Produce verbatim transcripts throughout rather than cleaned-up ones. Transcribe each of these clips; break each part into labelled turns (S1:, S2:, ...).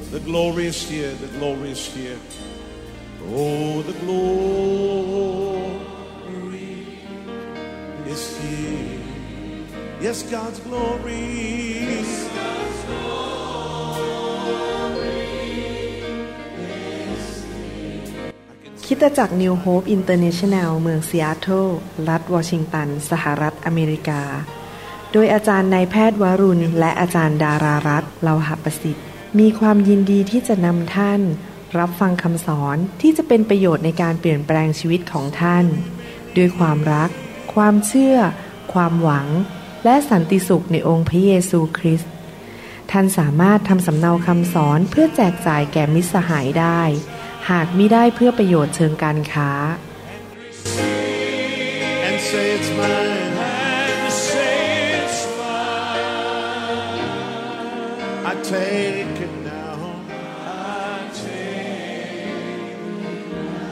S1: The glory is here. The glory is here. Oh, the glory is here. Yes, God's glory. Yes, God's glory is here.
S2: คริสตจักร New Hope International เมืองซีแอตเทิลรัฐวอชิงตันสหรัฐอเมริกาโดยอาจารย์นายแพทย์วรุณและอาจารย์ดารารัตน์เลาหประสิทธิ์มีความยินดีที่จะนำท่านรับฟังคำสอนที่จะเป็นประโยชน์ในการเปลี่ยนแปลงชีวิตของท่านด้วยความรักความเชื่อความหวังและสันติสุขในองค์พระเยซูคริสต์ท่านสามารถทำสำเนาคำสอนเพื่อแจกจ่ายแก่มิตรสหายได้หากมิได้เพื่อประโยชน์เชิงการค้า
S1: And say it's mine. And say it's mine. I take it now. I take it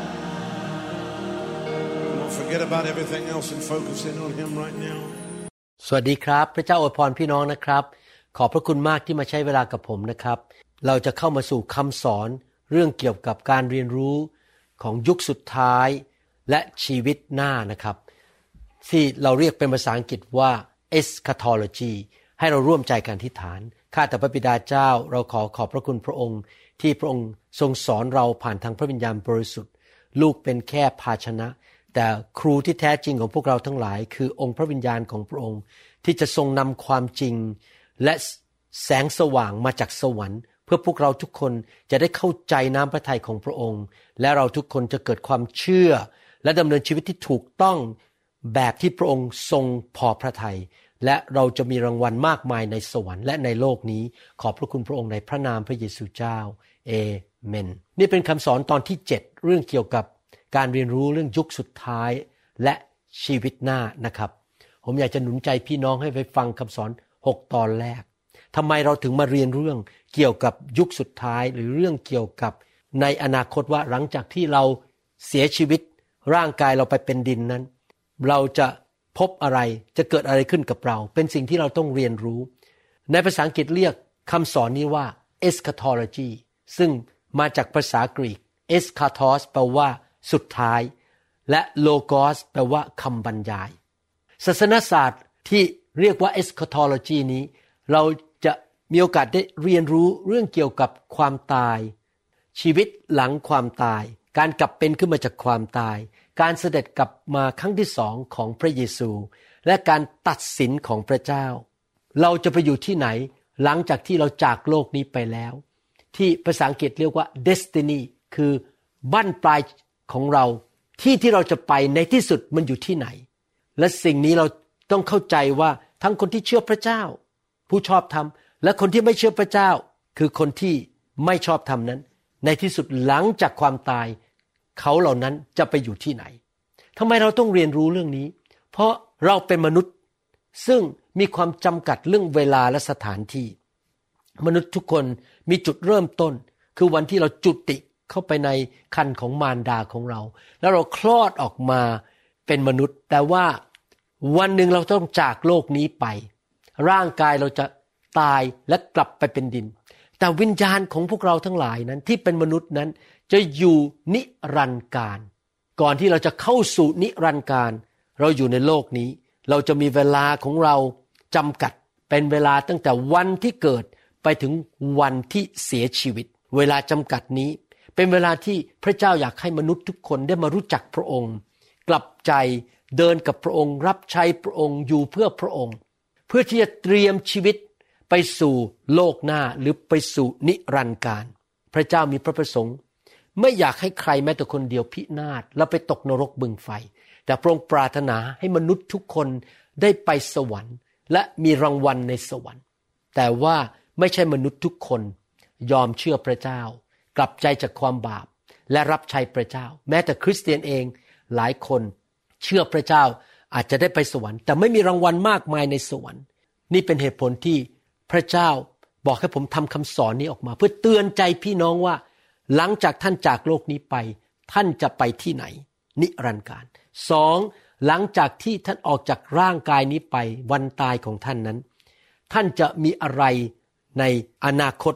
S1: now. Don't forget about everything else and focus in on Him right now.
S3: สวัสดีครับพระเจ้าอวยพรพี่น้องนะครับขอบพระคุณมากที่มาใช้เวลากับผมนะครับเราจะเข้ามาสู่คำสอนเรื่องเกี่ยวกับการเรียนรู้ของยุคสุดท้ายและชีวิตหน้านะครับที่เราเรียกเป็นภาษาอังกฤษว่า eschatology ให้เราร่วมใจกันอธิษฐานข้าแต่พระบิดาเจ้าเราขอขอบพระคุณพระองค์ที่พระองค์ทรงสอนเราผ่านทางพระวิญญาณบริสุทธิ์ลูกเป็นแค่ภาชนะแต่ครูที่แท้จริงของพวกเราทั้งหลายคือองค์พระวิญญาณของพระองค์ที่จะทรงนำความจริงและแสงสว่างมาจากสวรรค์เพื่อพวกเราทุกคนจะได้เข้าใจน้ำพระทัยของพระองค์และเราทุกคนจะเกิดความเชื่อและดำเนินชีวิตที่ถูกต้องแบบที่พระองค์ทรงพอพระทัยและเราจะมีรางวัลมากมายในสวรรค์และในโลกนี้ขอบพระคุณพระองค์ในพระนามพระเยซูเจ้าเอเมนนี่เป็นคำสอนตอนที่เจ็ดเรื่องเกี่ยวกับการเรียนรู้เรื่องยุคสุดท้ายและชีวิตหน้านะครับผมอยากจะหนุนใจพี่น้องให้ไปฟังคำสอนหกตอนแรกทำไมเราถึงมาเรียนเรื่องเกี่ยวกับยุคสุดท้ายหรือเรื่องเกี่ยวกับในอนาคตว่าหลังจากที่เราเสียชีวิตร่างกายเราไปเป็นดินนั้นเราจะพบอะไรจะเกิดอะไรขึ้นกับเราเป็นสิ่งที่เราต้องเรียนรู้ในภาษาอังกฤษเรียกคำสอนนี้ว่า eschatology ซึ่งมาจากภาษากรีก eschatos แปลว่าสุดท้ายและ logos แปลว่าคำบรรยายศาสนศาสตร์ที่เรียกว่า eschatology นี้เราจะมีโอกาสได้เรียนรู้เรื่องเกี่ยวกับความตายชีวิตหลังความตายการกลับเป็นขึ้นมาจากความตายการเสด็จกลับมาครั้งที่สองของพระเยซูและการตัดสินของพระเจ้าเราจะไปอยู่ที่ไหนหลังจากที่เราจากโลกนี้ไปแล้วที่ภาษาอังกฤษเรียกว่า destiny คือบั้นปลายของเราที่ที่เราจะไปในที่สุดมันอยู่ที่ไหนและสิ่งนี้เราต้องเข้าใจว่าทั้งคนที่เชื่อพระเจ้าผู้ชอบธรรมและคนที่ไม่เชื่อพระเจ้าคือคนที่ไม่ชอบธรรมนั้นในที่สุดหลังจากความตายเขาเหล่านั้นจะไปอยู่ที่ไหนทำไมเราต้องเรียนรู้เรื่องนี้เพราะเราเป็นมนุษย์ซึ่งมีความจำกัดเรื่องเวลาและสถานที่มนุษย์ทุกคนมีจุดเริ่มต้นคือวันที่เราจุติเข้าไปในครรภ์ของมารดาของเราแล้วเราคลอดออกมาเป็นมนุษย์แต่ว่าวันหนึ่งเราต้องจากโลกนี้ไปร่างกายเราจะตายและกลับไปเป็นดินแต่วิญญาณของพวกเราทั้งหลายนั้นที่เป็นมนุษย์นั้นจะอยู่นิรันดร์กาลก่อนที่เราจะเข้าสู่นิรันดร์กาลเราอยู่ในโลกนี้เราจะมีเวลาของเราจำกัดเป็นเวลาตั้งแต่วันที่เกิดไปถึงวันที่เสียชีวิตเวลาจำกัดนี้เป็นเวลาที่พระเจ้าอยากให้มนุษย์ทุกคนได้มารู้จักพระองค์กลับใจเดินกับพระองค์รับใช้พระองค์อยู่เพื่อพระองค์เพื่อที่จะเตรียมชีวิตไปสู่โลกหน้าหรือไปสู่นิรันดร์กาลพระเจ้ามีพระประสงค์ไม่อยากให้ใครแม้แต่คนเดียวพินาศแล้วไปตกนรกบึงไฟแต่พระองค์ปรารถนาให้มนุษย์ทุกคนได้ไปสวรรค์และมีรางวัลในสวรรค์แต่ว่าไม่ใช่มนุษย์ทุกคนยอมเชื่อพระเจ้ากลับใจจากความบาปและรับใช้พระเจ้าแม้แต่คริสเตียนเองหลายคนเชื่อพระเจ้าอาจจะได้ไปสวรรค์แต่ไม่มีรางวัลมากมายในสวรรค์นี่เป็นเหตุผลที่พระเจ้าบอกให้ผมทำคำสอนนี้ออกมาเพื่อเตือนใจพี่น้องว่าหลังจากท่านจากโลกนี้ไปท่านจะไปที่ไหนนิรันดร์กาลสองหลังจากที่ท่านออกจากร่างกายนี้ไปวันตายของท่านนั้นท่านจะมีอะไรในอนาคต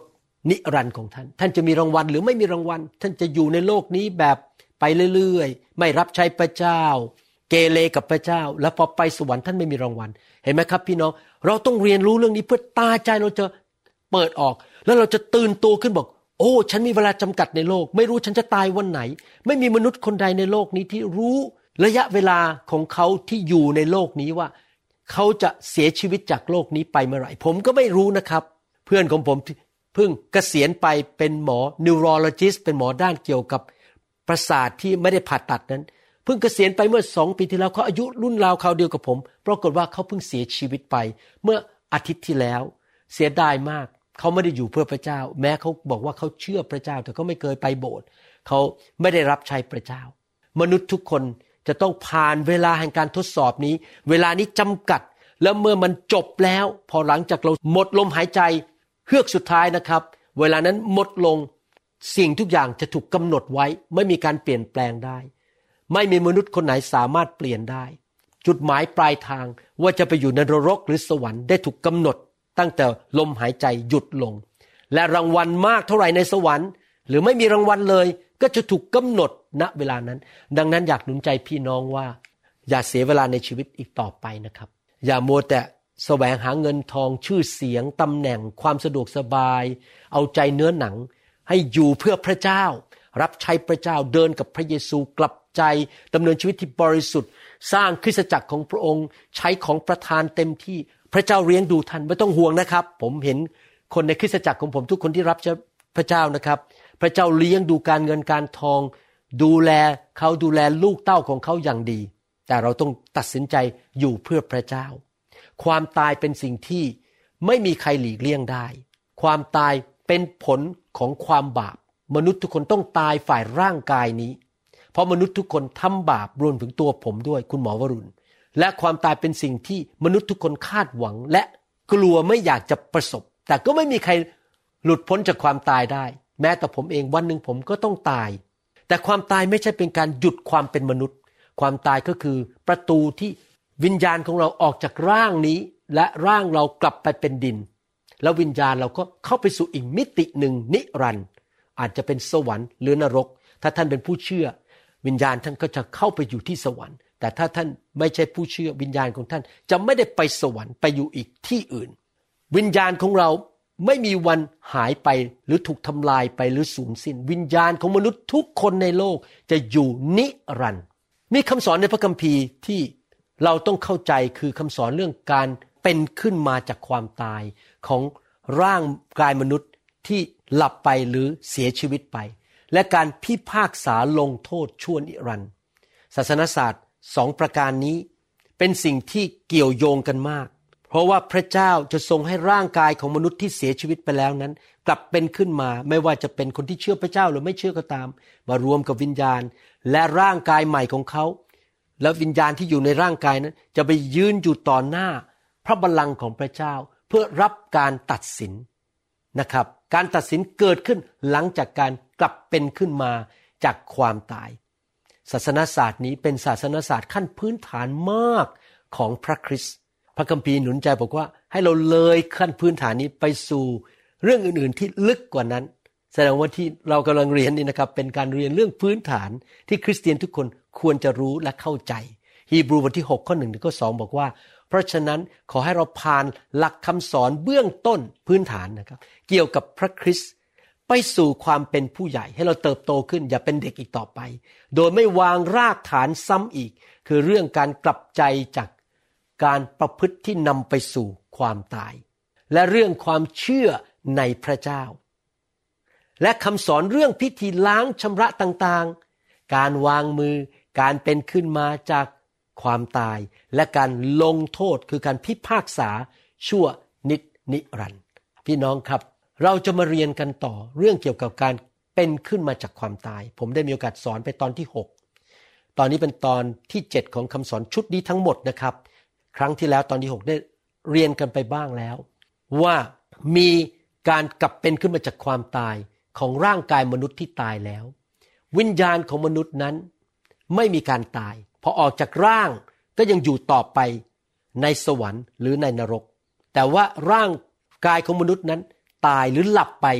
S3: นิรันดร์ของท่านท่านจะมีรางวัลหรือไม่มีรางวัลท่านจะอยู่ในโลกนี้แบบไปเรื่อยๆไม่รับใช้พระเจ้าเกเรกับพระเจ้าแล้วพอไปสวรรค์ท่านไม่มีรางวัลเห็นไหมครับพี่น้องเราต้องเรียนรู้เรื่องนี้เพื่อตาใจเราจะเปิดออกแล้วเราจะตื่นตัวขึ้นบอกโอ้ฉันมีเวลาจำกัดในโลกไม่รู้ฉันจะตายวันไหนไม่มีมนุษย์คนใดในโลกนี้ที่รู้ระยะเวลาของเขาที่อยู่ในโลกนี้ว่าเขาจะเสียชีวิตจากโลกนี้ไปเมื่อไหร่ผมก็ไม่รู้นะครับเพื่อนของผมเพิ่งเกษียณไปเป็นหมอ neurologist เป็นหมอด้านเกี่ยวกับประสาทที่ไม่ได้ผ่าตัดนั้นเพิ่งเกษียณไปเมื่อสองปีที่แล้วเขาอายุรุ่นราวคราวเดียวกับผมปรากฏว่าเขาเพิ่งเสียชีวิตไปเมื่ออาทิตย์ที่แล้วเสียดายมากเขาไม่ได้อยู่เพื่อพระเจ้าแม้เขาบอกว่าเขาเชื่อพระเจ้าแต่เขาไม่เคยไปโบสถ์เขาไม่ได้รับใช้พระเจ้ามนุษย์ทุกคนจะต้องผ่านเวลาแห่งการทดสอบนี้เวลานี้จำกัดแล้วเมื่อมันจบแล้วพอหลังจากเราหมดลมหายใจเฮือกสุดท้ายนะครับเวลานั้นหมดลงสิ่งทุกอย่างจะถูกกำหนดไว้ไม่มีการเปลี่ยนแปลงได้ไม่มีมนุษย์คนไหนสามารถเปลี่ยนได้จุดหมายปลายทางว่าจะไปอยู่ในนรกหรือสวรรค์ได้ถูกกำหนดตั้งแต่ลมหายใจหยุดลงและรางวัลมากเท่าไหร่ในสวรรค์หรือไม่มีรางวัลเลยก็จะถูกกำหนดณเวลานั้นดังนั้นอยากหนุนใจพี่น้องว่าอย่าเสียเวลาในชีวิตอีกต่อไปนะครับอย่ามัวแต่แสวงหาเงินทองชื่อเสียงตำแหน่งความสะดวกสบายเอาใจเนื้อหนังให้อยู่เพื่อพระเจ้ารับใช้พระเจ้าเดินกับพระเยซูกลับใจดำเนินชีวิตที่บริสุทธิ์สร้างคริสตจักรของพระองค์ใช้ของประทานเต็มที่พระเจ้าเลี้ยงดูท่านไม่ต้องห่วงนะครับผมเห็นคนในคริสตจักรของผมทุกคนที่รับพระเจ้านะครับพระเจ้าเลี้ยงดูการเงินการทองดูแลเขาดูแลลูกเต้าของเขาอย่างดีแต่เราต้องตัดสินใจอยู่เพื่อพระเจ้าความตายเป็นสิ่งที่ไม่มีใครหลีกเลี่ยงได้ความตายเป็นผลของความบาปมนุษย์ทุกคนต้องตายฝ่ายร่างกายนี้เพราะมนุษย์ทุกคนทำบาปรวมถึงตัวผมด้วยคุณหมอวรุณและความตายเป็นสิ่งที่มนุษย์ทุกคนคาดหวังและกลัวไม่อยากจะประสบแต่ก็ไม่มีใครหลุดพ้นจากความตายได้แม้แต่ผมเองวันหนึ่งผมก็ต้องตายแต่ความตายไม่ใช่เป็นการหยุดความเป็นมนุษย์ความตายก็คือประตูที่วิญญาณของเราออกจากร่างนี้และร่างเรากลับไปเป็นดินแล้ววิญญาณเราก็เข้าไปสู่อีกมิติหนึ่งนิรันดร์อาจจะเป็นสวรรค์หรือนรกถ้าท่านเป็นผู้เชื่อวิญญาณท่านก็จะเข้าไปอยู่ที่สวรรค์แต่ถ้าท่านไม่ใช่ผู้เชื่อวิญญาณของท่านจะไม่ได้ไปสวรรค์ไปอยู่อีกที่อื่นวิญญาณของเราไม่มีวันหายไปหรือถูกทำลายไปหรือสูญสิ้นวิญญาณของมนุษย์ทุกคนในโลกจะอยู่นิรันดร์มีคำสอนในพระคัมภีร์ที่เราต้องเข้าใจคือคำสอนเรื่องการเป็นขึ้นมาจากความตายของร่างกายมนุษย์ที่หลับไปหรือเสียชีวิตไปและการพิพากษาลงโทษชั่วนิรันดร์ศาสนศาสตร์สองประการนี้เป็นสิ่งที่เกี่ยวโยงกันมากเพราะว่าพระเจ้าจะทรงให้ร่างกายของมนุษย์ที่เสียชีวิตไปแล้วนั้นกลับเป็นขึ้นมาไม่ว่าจะเป็นคนที่เชื่อพระเจ้าหรือไม่เชื่อก็ตามมารวมกับวิญญาณและร่างกายใหม่ของเขาแล้ววิญญาณที่อยู่ในร่างกายนั้นจะไปยืนอยู่ต่อหน้าพระบัลลังก์ของพระเจ้าเพื่อรับการตัดสินนะครับการตัดสินเกิดขึ้นหลังจากการกลับเป็นขึ้นมาจากความตายศาสนศาสตร์นี้เป็นศาสนศาสตร์ขั้นพื้นฐานมากของพระคริสต์พระคัมภีร์หนุนใจบอกว่าให้เราเลยขั้นพื้นฐานนี้ไปสู่เรื่องอื่นๆที่ลึกกว่านั้นแสดงว่าที่เรากำลังเรียนนี่นะครับเป็นการเรียนเรื่องพื้นฐานที่คริสเตียนทุกคนควรจะรู้และเข้าใจฮีบรูบทที่หกข้อหนึ่งถึงข้อสองบอกว่าเพราะฉะนั้นขอให้เราผ่านหลักคำสอนเบื้องต้นพื้นฐานนะครับเกี่ยวกับพระคริสต์ไปสู่ความเป็นผู้ใหญ่ให้เราเติบโตขึ้นอย่าเป็นเด็กอีกต่อไปโดยไม่วางรากฐานซ้ำอีกคือเรื่องการกลับใจจากการประพฤติที่นำไปสู่ความตายและเรื่องความเชื่อในพระเจ้าและคำสอนเรื่องพิธีล้างชำระต่างๆการวางมือการเป็นขึ้นมาจากความตายและการลงโทษคือการพิพากษาชั่วนิจนิรันดร์พี่น้องครับเราจะมาเรียนกันต่อเรื่องเกี่ยวกับการเป็นขึ้นมาจากความตายผมได้มีโอกาสสอนไปตอนที่หกตอนนี้เป็นตอนที่เจ็ดของคำสอนชุดนี้ทั้งหมดนะครับครั้งที่แล้วตอนที่หกได้เรียนกันไปบ้างแล้วว่ามีการกลับเป็นขึ้นมาจากความตายของร่างกายมนุษย์ที่ตายแล้ววิญญาณของมนุษย์นั้นไม่มีการตายพอออกจากร่างก็ยังอยู่ต่อไปในสวรรค์หรือในนรกแต่ว่าร่างกายของมนุษย์นั้นตายหรือหลับไป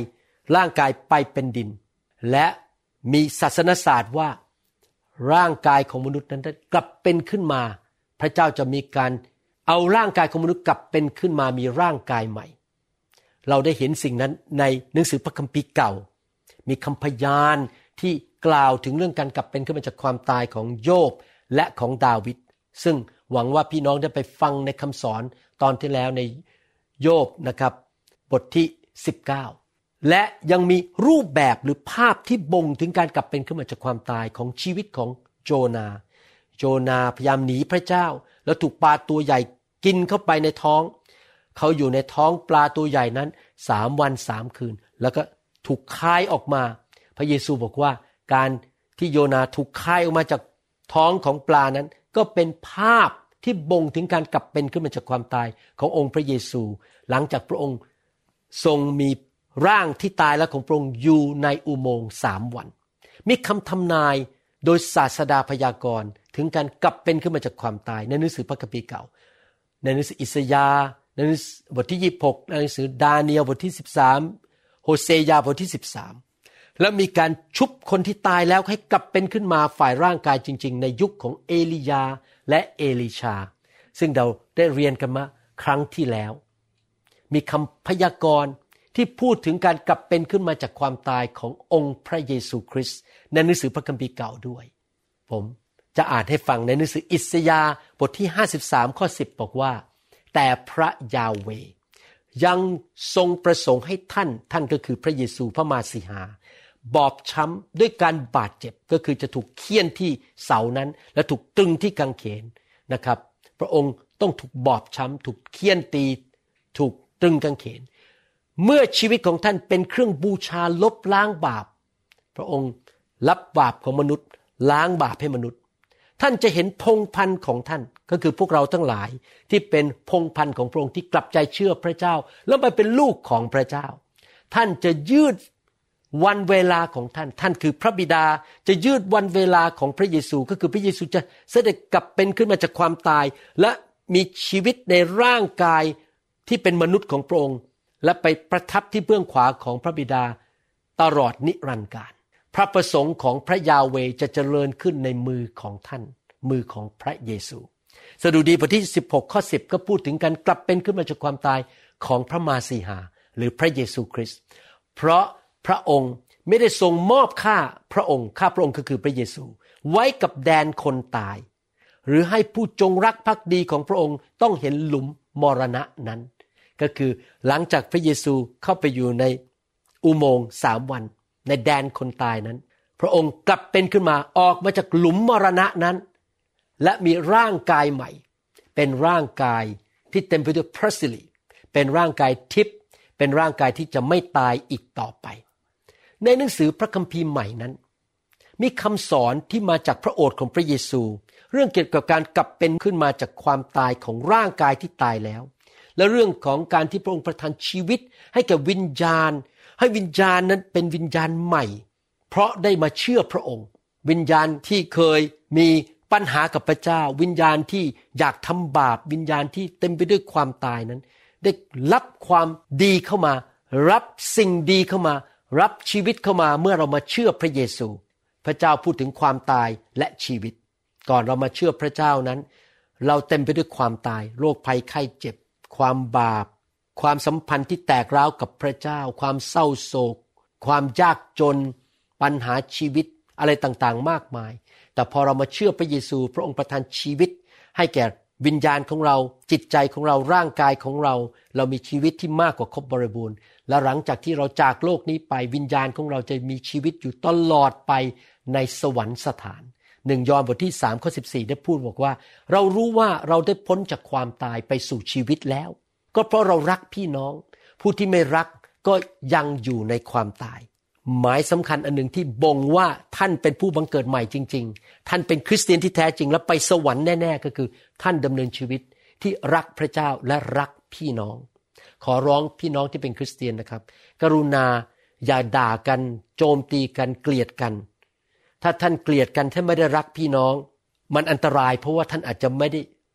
S3: ร่างกายไปเป็นดินและมีศาสนศาสตร์ว่าร่างกายของมนุษย์นั้นกลับเป็นขึ้นมาพระเจ้าจะมีการเอาร่างกายของมนุษย์กลับเป็นขึ้นมามีร่างกายใหม่เราได้เห็นสิ่งนั้นในหนังสือพระคัมภีร์เก่ามีคำพยานที่กล่าวถึงเรื่องการกลับเป็นขึ้นมาจากความตายของโยบและของดาวิดซึ่งหวังว่าพี่น้องได้ไปฟังในคำสอนตอนที่แล้วในโยบนะครับบทที่สิบเก้าและยังมีรูปแบบหรือภาพที่บ่งถึงการกลับเป็นขึ้นมาจากความตายของชีวิตของโจนาโจนาพยายามหนีพระเจ้าแล้วถูกปลาตัวใหญ่กินเข้าไปในท้องเขาอยู่ในท้องปลาตัวใหญ่นั้นสามวันสามคืนแล้วก็ถูกคายออกมาพระเยซูบอกว่าการที่โยนาถูกคายออกมาจากท้องของปลานั้นก็เป็นภาพที่บ่งถึงการกลับเป็นขึ้นมาจากความตายขององค์พระเยซูหลังจากพระองค์ทรงมีร่างที่ตายแล้วของพระองค์อยู่ในอุโมงค์สามวันมีคำทำนายโดยศาสดาพยากรณ์ถึงการกลับเป็นขึ้นมาจากความตายในหนังสือพระคัมภีร์เก่าในหนังสืออิสยาห์ในหนังสือบทที่ยี่สิบหกในหนังสือดาเนียลบทที่สิบสามโฮเซยาบทที่สิบสามและมีการชุบคนที่ตายแล้วให้กลับเป็นขึ้นมาฝ่ายร่างกายจริงๆในยุคของเอลียาและเอลีชาซึ่งเราได้เรียนกันมาครั้งที่แล้วมีคำพยากรณ์ที่พูดถึงการกลับเป็นขึ้นมาจากความตายขององค์พระเยซูคริสต์ในหนังสือพระคัมภีร์เก่าด้วยผมจะอ่านให้ฟังในหนังสืออิสยาห์บทที่ห้าสิบสามข้อสิบบอกว่าแต่พระยาเวห์ยังทรงประสงค์ให้ท่านท่านก็คือพระเยซูพระมาสีหาบอบช้ำด้วยการบาดเจ็บก็คือจะถูกเฆี่ยนที่เสานั้นและถูกตรึงที่กางเขนนะครับพระองค์ต้องถูกบอบช้ำถูกเฆี่ยนตีถูกตรึงกางเขนเมื่อชีวิตของท่านเป็นเครื่องบูชาลบล้างบาปพระองค์รับบาปของมนุษย์ล้างบาปให้มนุษย์ท่านจะเห็นพงศ์พันธุ์ของท่านก็คือพวกเราทั้งหลายที่เป็นพงศ์พันธุ์ของพระองค์ที่กลับใจเชื่อพระเจ้าแล้วไปเป็นลูกของพระเจ้าท่านจะยืดวันเวลาของท่านท่านคือพระบิดาจะยืดวันเวลาของพระเยซูก็คือพระเยซูจะเสด็จกลับเป็นขึ้นมาจากความตายและมีชีวิตในร่างกายที่เป็นมนุษย์ของพระองค์และไปประทับที่เบื้องขวาของพระบิดาตลอดนิรันดร์กาลพระประสงค์ของพระยาเวห์จะเจริญขึ้นในมือของท่านมือของพระเยซูสดุดีบทที่สิบหกข้อสิบก็พูดถึงการกลับเป็นขึ้นมาจากความตายของพระมาสีหาหรือพระเยซูคริสต์เพราะพระองค์ไม่ได้ทรงมอบข้าพระองค์ข้าพระองค์ก็คือพระเยซูไว้กับแดนคนตายหรือให้ผู้จงรักภักดีของพระองค์ต้องเห็นหลุมมรณะนั้นก็คือหลังจากพระเยซูเข้าไปอยู่ในอุโมงค์สามวันในแดนคนตายนั้นพระองค์กลับเป็นขึ้นมาออกมาจากหลุมมรณะนั้นและมีร่างกายใหม่เป็นร่างกายที่เต็มไปด้วยพระสิริเป็นร่างกายทิพย์เป็นร่างกายที่จะไม่ตายอีกต่อไปในหนังสือพระคัมภีร์ใหม่นั้นมีคำสอนที่มาจากพระโอษฐ์ของพระเยซูเรื่องเกี่ยวกับการกลับเป็นขึ้นมาจากความตายของร่างกายที่ตายแล้วและเรื่องของการที่พระองค์ประทานชีวิตให้แก่วิญญาณให้วิญญาณนั้นเป็นวิญญาณใหม่เพราะได้มาเชื่อพระองค์วิญญาณที่เคยมีปัญหากับพระเจ้าวิญญาณที่อยากทำบาปวิญญาณที่เต็มไปด้วยความตายนั้นได้รับความดีเข้ามารับสิ่งดีเข้ามารับชีวิตเข้ามาเมื่อเรามาเชื่อพระเยซูพระเจ้าพูดถึงความตายและชีวิตก่อนเรามาเชื่อพระเจ้านั้นเราเต็มไปด้วยความตายโรคภัยไข้เจ็บความบาปความสัมพันธ์ที่แตกร้าวกับพระเจ้าความเศร้าโศกความยากจนปัญหาชีวิตอะไรต่างๆมากมายแต่พอเรามาเชื่อพระเยซูพระองค์ประทานชีวิตให้แก่วิญญาณของเราจิตใจของเราร่างกายของเราเรามีชีวิตที่มากกว่าครบบริบูรณ์และหลังจากที่เราจากโลกนี้ไปวิญญาณของเราจะมีชีวิตอยู่ตลอดไปในสวรรคสถานหนึ่งยอห์นบทที่สามข้อสิบสี่ได้พูดบอกว่าเรารู้ว่าเราได้พ้นจากความตายไปสู่ชีวิตแล้วก็เพราะเรารักพี่น้องผู้ที่ไม่รักก็ยังอยู่ในความตายหมายสำคัญอันหนึ่งที่บ่งว่าท่านเป็นผู้บังเกิดใหม่จริงๆท่านเป็นคริสเตียนที่แท้จริงและไปสวรรค์แน่ๆก็คือท่านดำเนินชีวิตที่รักพระเจ้าและรักพี่น้องขอร้องพี่น้องที่เป็นคริสเตียนนะครับกรุณาอย่าด่ากันโจมตีกันเกลียดกันถ้าท่านเกลียดกันท่านไม่ได้รักพี่น้องมันอันตรายเพราะว่าท่านอาจจะไม่ได้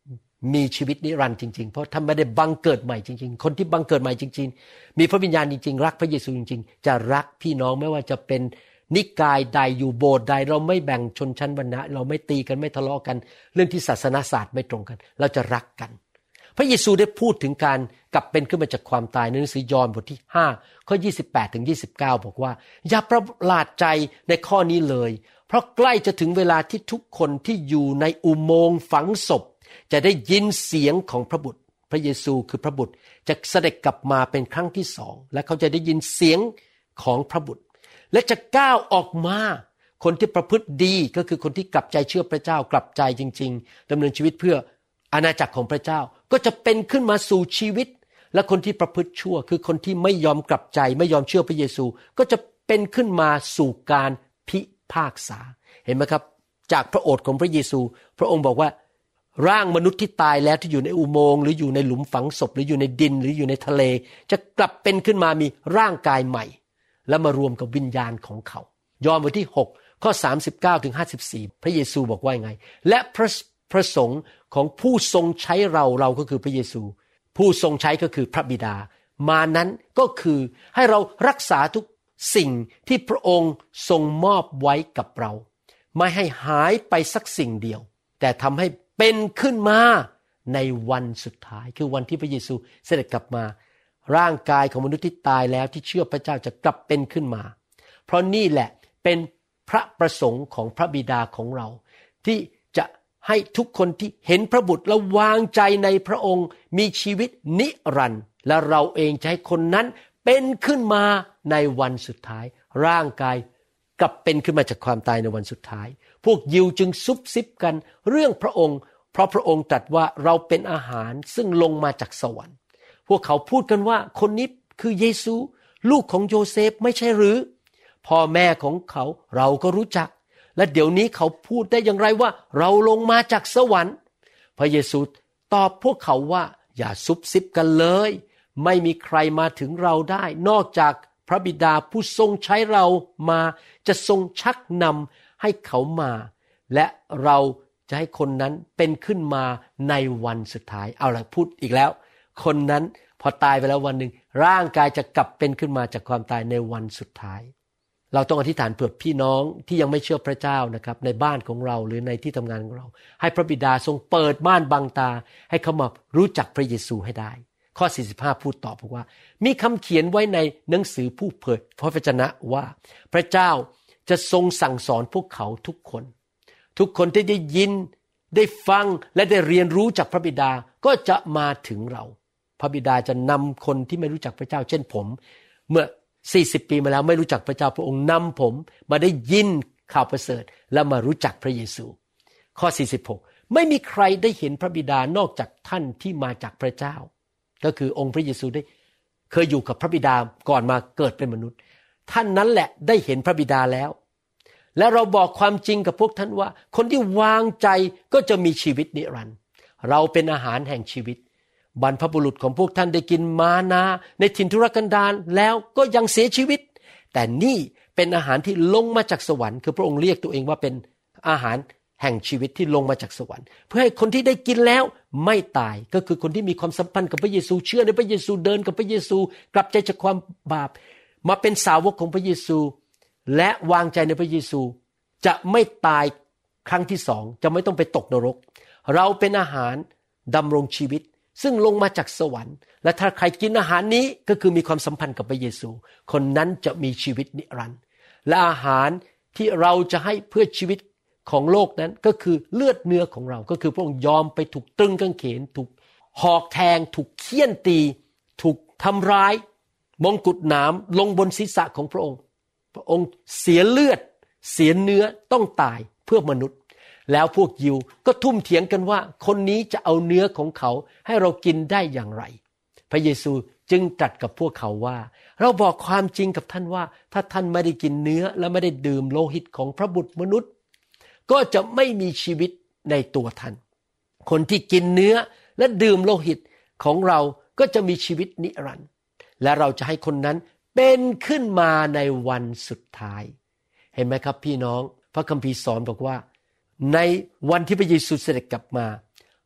S3: มีชีวิตนิรันดร์จริงๆเพราะท่านไม่ได้บังเกิดใหม่จริงๆคนที่บังเกิดใหม่จริงๆมีพระวิญญาณจริงๆรักพระเยซูจริงๆจะรักพี่น้องไม่ว่าจะเป็นนิกายใดอยู่โบสถ์ใดเราไม่แบ่งชนชั้นวรรณะเราไม่ตีกันไม่ทะเลาะกันเรื่องที่ศาสนาศาสตร์ไม่ตรงกันเราจะรักกันพระเยซูได้พูดถึงการกลับเป็นขึ้นมาจากความตายในหนังสือยอห์นบทที่ห้าข้อยี่สิบแปดถึงยี่สิบเก้าบอกว่าอย่าประหลาดใจในข้อนี้เลยเพราะใกล้จะถึงเวลาที่ทุกคนที่อยู่ในอุโมงค์ฝังศพจะได้ยินเสียงของพระบุตรพระเยซูคือพระบุตรจะเสด็จกลับมาเป็นครั้งที่สองและเขาจะได้ยินเสียงของพระบุตรและจะก้าวออกมาคนที่ประพฤติดีก็คือคนที่กลับใจเชื่อพระเจ้ากลับใจจริงๆดำเนินชีวิตเพื่ออาณาจักรของพระเจ้าก็จะเป็นขึ้นมาสู่ชีวิตและคนที่ประพฤติชั่วคือคนที่ไม่ยอมกลับใจไม่ยอมเชื่อพระเยซูก็จะเป็นขึ้นมาสู่การพิพากษาเห็นไหมครับจากพระโอษฐ์ของพระเยซูพระองค์บอกว่าร่างมนุษย์ที่ตายแล้วที่อยู่ในอุโมงค์หรืออยู่ในหลุมฝังศพหรืออยู่ในดินหรืออยู่ในทะเลจะกลับเป็นขึ้นมามีร่างกายใหม่และมารวมกับวิญญาณของเขายอห์นบทที่หกข้อสามสิบเก้าถึงห้าสิบสี่พระเยซูบอกว่าไงและพระประสงค์ของผู้ทรงใช้เราเราก็คือพระเยซูผู้ทรงใช้ก็คือพระบิดามานั้นก็คือให้เรารักษาทุกสิ่งที่พระองค์ทรงมอบไว้กับเราไม่ให้หายไปสักสิ่งเดียวแต่ทำให้เป็นขึ้นมาในวันสุดท้ายคือวันที่พระเยซูเสด็จกลับมาร่างกายของมนุษย์ที่ตายแล้วที่เชื่อพระเจ้าจะกลับเป็นขึ้นมาเพราะนี่แหละเป็นพระประสงค์ของพระบิดาของเราที่จะให้ทุกคนที่เห็นพระบุตรและวางใจในพระองค์มีชีวิตนิรันดร์และเราเองจะให้คนนั้นเป็นขึ้นมาในวันสุดท้ายร่างกายกลับเป็นขึ้นมาจากความตายในวันสุดท้ายพวกยิวจึงซุบซิบกันเรื่องพระองค์เพราะพระองค์ตรัสว่าเราเป็นอาหารซึ่งลงมาจากสวรรค์พวกเขาพูดกันว่าคนนี้คือเยซูลูกของโยเซฟไม่ใช่หรือพ่อแม่ของเขาเราก็รู้จักและเดี๋ยวนี้เขาพูดได้อย่างไรว่าเราลงมาจากสวรรค์พระเยซูตอบพวกเขาว่าอย่าซุบซิบกันเลยไม่มีใครมาถึงเราได้นอกจากพระบิดาผู้ทรงใช้เรามาจะทรงชักนำให้เขามาและเราจะให้คนนั้นเป็นขึ้นมาในวันสุดท้ายเอาล่ะพูดอีกแล้วคนนั้นพอตายไปแล้ววันหนึ่งร่างกายจะกลับเป็นขึ้นมาจากความตายในวันสุดท้ายเราต้องอธิษฐานเผื่อพี่น้องที่ยังไม่เชื่อพระเจ้านะครับในบ้านของเราหรือในที่ทำงานของเราให้พระบิดาทรงเปิดม่านบังตาให้เขามารู้จักพระเยซูให้ได้ข้อสี่สิบห้าพูดต่อบอกว่ามีคำเขียนไว้ในหนังสือผู้เผยพระวจนะว่าพระเจ้าจะทรงสั่งสอนพวกเขาทุกคนทุกคนที่ได้ยินได้ฟังและได้เรียนรู้จากพระบิดาก็จะมาถึงเราพระบิดาจะนำคนที่ไม่รู้จักพระเจ้าเช่นผมเมื่อสี่สิบปีมาแล้วไม่รู้จักพระเจ้าพระองค์นำผมมาได้ยินข่าวประเสริฐและมารู้จักพระเยซูข้อสี่สิบหกไม่มีใครได้เห็นพระบิดานอกจากท่านที่มาจากพระเจ้าก็คือองค์พระเยซูได้เคยอยู่กับพระบิดาก่อนมาเกิดเป็นมนุษย์ท่านนั้นแหละได้เห็นพระบิดาแล้วและเราบอกความจริงกับพวกท่านว่าคนที่วางใจก็จะมีชีวิตนิรันดร์เราเป็นอาหารแห่งชีวิตบรรพบุรุษของพวกท่านได้กินมานาในถิ่นทุรกันดารแล้วก็ยังเสียชีวิตแต่นี่เป็นอาหารที่ลงมาจากสวรรค์คือพระองค์เรียกตัวเองว่าเป็นอาหารแห่งชีวิตที่ลงมาจากสวรรค์เพื่อให้คนที่ได้กินแล้วไม่ตายก็คือคนที่มีความสัมพันธ์กับพระเยซูเชื่อในพระเยซูเดินกับพระเยซูกลับใจจากความบาปมาเป็นสาวกของพระเยซูและวางใจในพระเยซูจะไม่ตายครั้งที่สองจะไม่ต้องไปตกนรกเราเป็นอาหารดำรงชีวิตซึ่งลงมาจากสวรรค์และถ้าใครกินอาหารนี้ก็คือมีความสัมพันธ์กับพระเยซูคนนั้นจะมีชีวิตนิรันดร์และอาหารที่เราจะให้เพื่อชีวิตของโลกนั้นก็คือเลือดเนื้อของเราก็คือพระองค์ยอมไปถูกตรึงกางเขนถูกหอกแทงถูกเฆี่ยนตีถูกทำร้ายมงกุฎหนามลงบนศีรษะของพระองค์พระองค์เสียเลือดเสียเนื้อต้องตายเพื่อมนุษย์แล้วพวกยิวก็ทุ่มเถียงกันว่าคนนี้จะเอาเนื้อของเขาให้เรากินได้อย่างไรพระเยซูจึงตรัสกับพวกเขาว่าเราบอกความจริงกับท่านว่าถ้าท่านไม่ได้กินเนื้อและไม่ได้ดื่มโลหิตของพระบุตรมนุษย์ก็จะไม่มีชีวิตในตัวท่านคนที่กินเนื้อและดื่มโลหิตของเราก็จะมีชีวิตนิรันดร์และเราจะให้คนนั้นเป็นขึ้นมาในวันสุดท้ายเห็นไหมครับพี่น้องพระคัมภีร์สอนบอกว่าในวันที่พระเยซูเสด็จกลับมา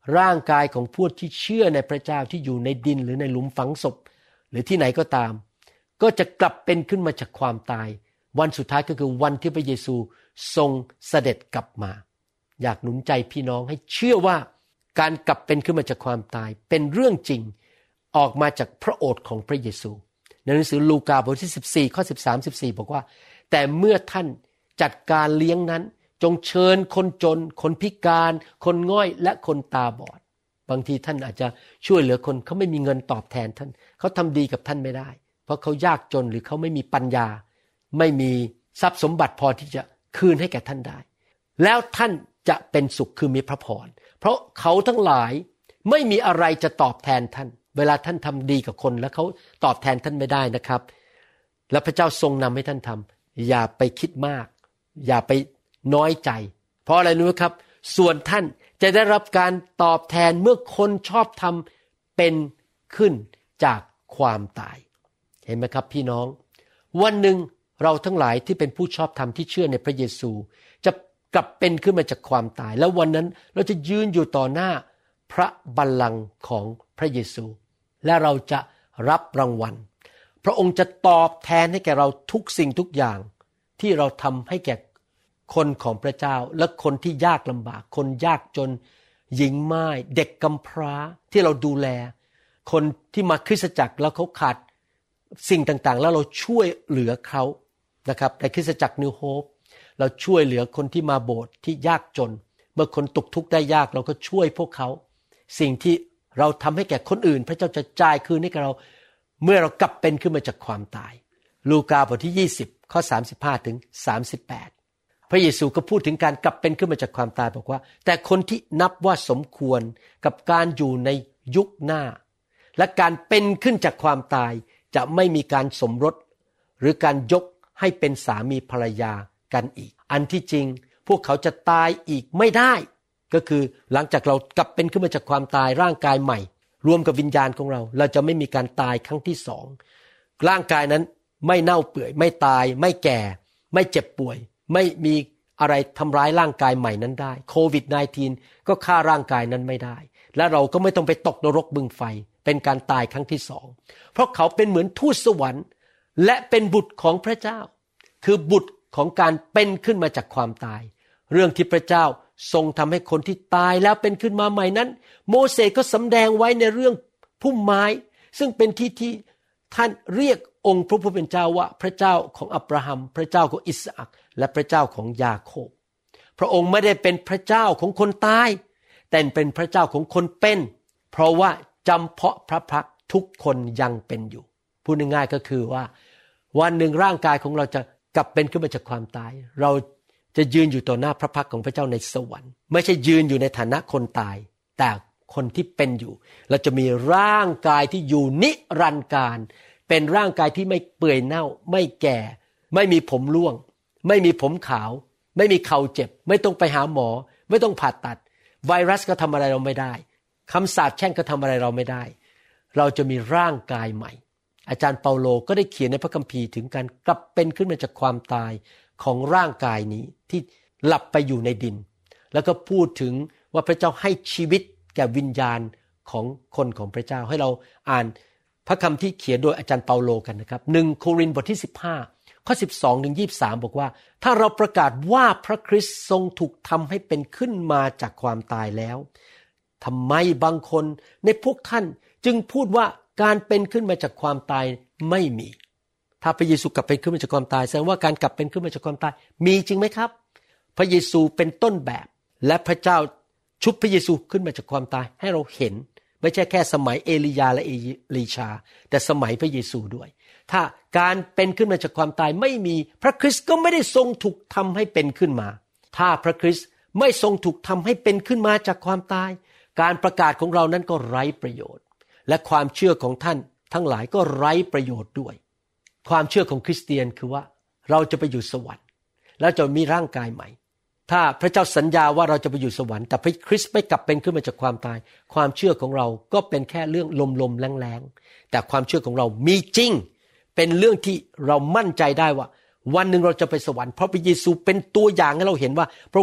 S3: ร่างกายของผู้ที่เชื่อในพระเจ้าที่อยู่ในดินหรือในหลุมฝังศพหรือที่ไหนก็ตามก็จะกลับเป็นขึ้นมาจากความตายวันสุดท้ายก็คือวันที่พระเยซูทรงเสด็จกลับมาอยากหนุนใจพี่น้องให้เชื่อว่าการกลับเป็นขึ้นมาจากความตายเป็นเรื่องจริงออกมาจากพระโอษฐ์ของพระเยซูในหนังสือลูกาบทที่สิบสี่ข้อสิบสาม สิบสี่บอกว่าแต่เมื่อท่านจัดการเลี้ยงนั้นจงเชิญคนจนคนพิการคนง่อยและคนตาบอดบางทีท่านอาจจะช่วยเหลือคนเขาไม่มีเงินตอบแทนท่านเขาทำดีกับท่านไม่ได้เพราะเขายากจนหรือเขาไม่มีปัญญาไม่มีทรัพย์สมบัติพอที่จะคืนให้แก่ท่านได้แล้วท่านจะเป็นสุขคือมีพระพรเพราะเขาทั้งหลายไม่มีอะไรจะตอบแทนท่านเวลาท่านทำดีกับคนแล้วเขาตอบแทนท่านไม่ได้นะครับและพระเจ้าทรงนำให้ท่านทำอย่าไปคิดมากอย่าไปน้อยใจเพราะอะไรรู้ไหมครับส่วนท่านจะได้รับการตอบแทนเมื่อคนชอบธรรมเป็นขึ้นจากความตายเห็นไหมครับพี่น้องวันหนึ่งเราทั้งหลายที่เป็นผู้ชอบธรรมที่เชื่อในพระเยซูจะกลับเป็นขึ้นมาจากความตายแล้ววันนั้นเราจะยืนอยู่ต่อหน้าพระบัลลังก์ของพระเยซูและเราจะรับรางวัลพระองค์จะตอบแทนให้แก่เราทุกสิ่งทุกอย่างที่เราทำให้แก่คนของพระเจ้าและคนที่ยากลำบากคนยากจนหญิงม่ายเด็กกำพร้าที่เราดูแลคนที่มาคริสตจักรแล้วเขาขาดสิ่งต่างๆแล้วเราช่วยเหลือเขานะครับในคริสตจักรนิวโฮปเราช่วยเหลือคนที่มาโบสถ์ที่ยากจนเมื่อคนตกทุกข์ได้ยากเราก็ช่วยพวกเขาสิ่งที่เราทำให้แก่คนอื่นพระเจ้าจะจ่ายคืนให้แก่เราเมื่อเรากลับเป็นขึ้นมาจากความตายลูกาบทที่ยี่สิบข้อสามสิบห้าถึงสามสิบแปดพระเยซูก็พูดถึงการกลับเป็นขึ้นมาจากความตายบอกว่าแต่คนที่นับว่าสมควรกับการอยู่ในยุคหน้าและการเป็นขึ้นจากความตายจะไม่มีการสมรสหรือการยกให้เป็นสามีภรรยากันอีกอันที่จริงพวกเขาจะตายอีกไม่ได้ก็คือหลังจากเรากลับเป็นขึ้นมาจากความตายร่างกายใหม่รวมกับวิญญาณของเราเราจะไม่มีการตายครั้งที่สองร่างกายนั้นไม่เน่าเปื่อยไม่ตายไม่แก่ไม่เจ็บป่วยไม่มีอะไรทำร้ายร่างกายใหม่นั้นได้โควิด สิบเก้า ก็ฆ่าร่างกายนั้นไม่ได้และเราก็ไม่ต้องไปตกนรกบึงไฟเป็นการตายครั้งที่สองเพราะเขาเป็นเหมือนทูตสวรรค์และเป็นบุตรของพระเจ้าคือบุตรของการเป็นขึ้นมาจากความตายเรื่องที่พระเจ้าทรงทำให้คนที่ตายแล้วเป็นขึ้นมาใหม่นั้นโมเสสก็สำแดงไว้ในเรื่องพุ่มไม้ซึ่งเป็นที่ที่ท่านเรียกองค์พระผู้เป็นเจ้าว่าพระเจ้าของอับราฮัมพระเจ้าของอิสอัคและพระเจ้าของยาโคบพระองค์ไม่ได้เป็นพระเจ้าของคนตายแต่เป็นพระเจ้าของคนเป็นเพราะว่าจำเพาะพระพักทุกคนยังเป็นอยู่พูดง่ายๆก็คือว่าวันหนึ่งร่างกายของเราจะกลับเป็นขึ้นมาจากความตายเราจะยืนอยู่ต่อหน้าพระพักของพระเจ้าในสวรรค์ไม่ใช่ยืนอยู่ในฐานะคนตายแต่คนที่เป็นอยู่เราจะมีร่างกายที่อยู่นิรันดร์การเป็นร่างกายที่ไม่เปื่อยเน่าไม่แก่ไม่มีผมร่วงไม่มีผมขาวไม่มีเข่าเจ็บไม่ต้องไปหาหมอไม่ต้องผ่าตัดไวรัสก็ทำอะไรเราไม่ได้คำสาปแช่งก็ทำอะไรเราไม่ได้เราจะมีร่างกายใหม่อาจารย์เปาโลก็ได้เขียนในพระคัมภีร์ถึงการกลับเป็นขึ้นมาจากความตายของร่างกายนี้ที่หลับไปอยู่ในดินแล้วก็พูดถึงว่าพระเจ้าให้ชีวิตแก่วิญญาณของคนของพระเจ้าให้เราอ่านพระคำที่เขียนโดยอาจารย์เปาโลกันนะครับหนึ่งโครินธ์บทที่สิบห้าข้อสิบสองถึงยี่สิบสามบอกว่าถ้าเราประกาศว่าพระคริสต์ทรงถูกทำให้เป็นขึ้นมาจากความตายแล้วทำไมบางคนในพวกท่านจึงพูดว่าการเป็นขึ้นมาจากความตายไม่มีถ้าพระเยซูกลับเป็นขึ้นมาจากความตายแสดงว่าการกลับเป็นขึ้นมาจากความตายมีจริงไหมครับพระเยซูเป็นต้นแบบและพระเจ้าชุบพระเยซูขึ้นมาจากความตายให้เราเห็นไม่ใช่แค่สมัยเอลียาและเอลีชาแต่สมัยพระเยซูด้วยถ้าการเป็นขึ้นมาจากความตายไม่มีพระคริสต์ก็ไม่ได้ทรงถูกทำให้เป็นขึ้นมาถ้าพระคริสต์ไม่ทรงถูกทำให้เป็นขึ้นมาจากความตายการประกาศของเรานั้นก็ไร้ประโยชน์และความเชื่อของท่านทั้งหลายก็ไร้ประโยชน์ด้วยความเชื่อของคริสเตียนคือว่าเราจะไปอยู่สวรรค์แล้วจะมีร่างกายใหม่ถ้าพระเจ้าสัญญาว่าเราจะไปอยู่สวรรค์แต่พระคริสต์ไม่กลับเป็นขึ้นมาจากความตายความเชื่อของเราก็เป็นแค่เรื่องลมๆแรงๆแต่ความเชื่อของเรามีจริงเป็นเรื่องที่เรามั่นใจได้ว่าวันหนึ่งเราจะไปสวรรค์เพราะพระเยซูเป็นตัวอย่างให้เราเห็นว่าพระองค์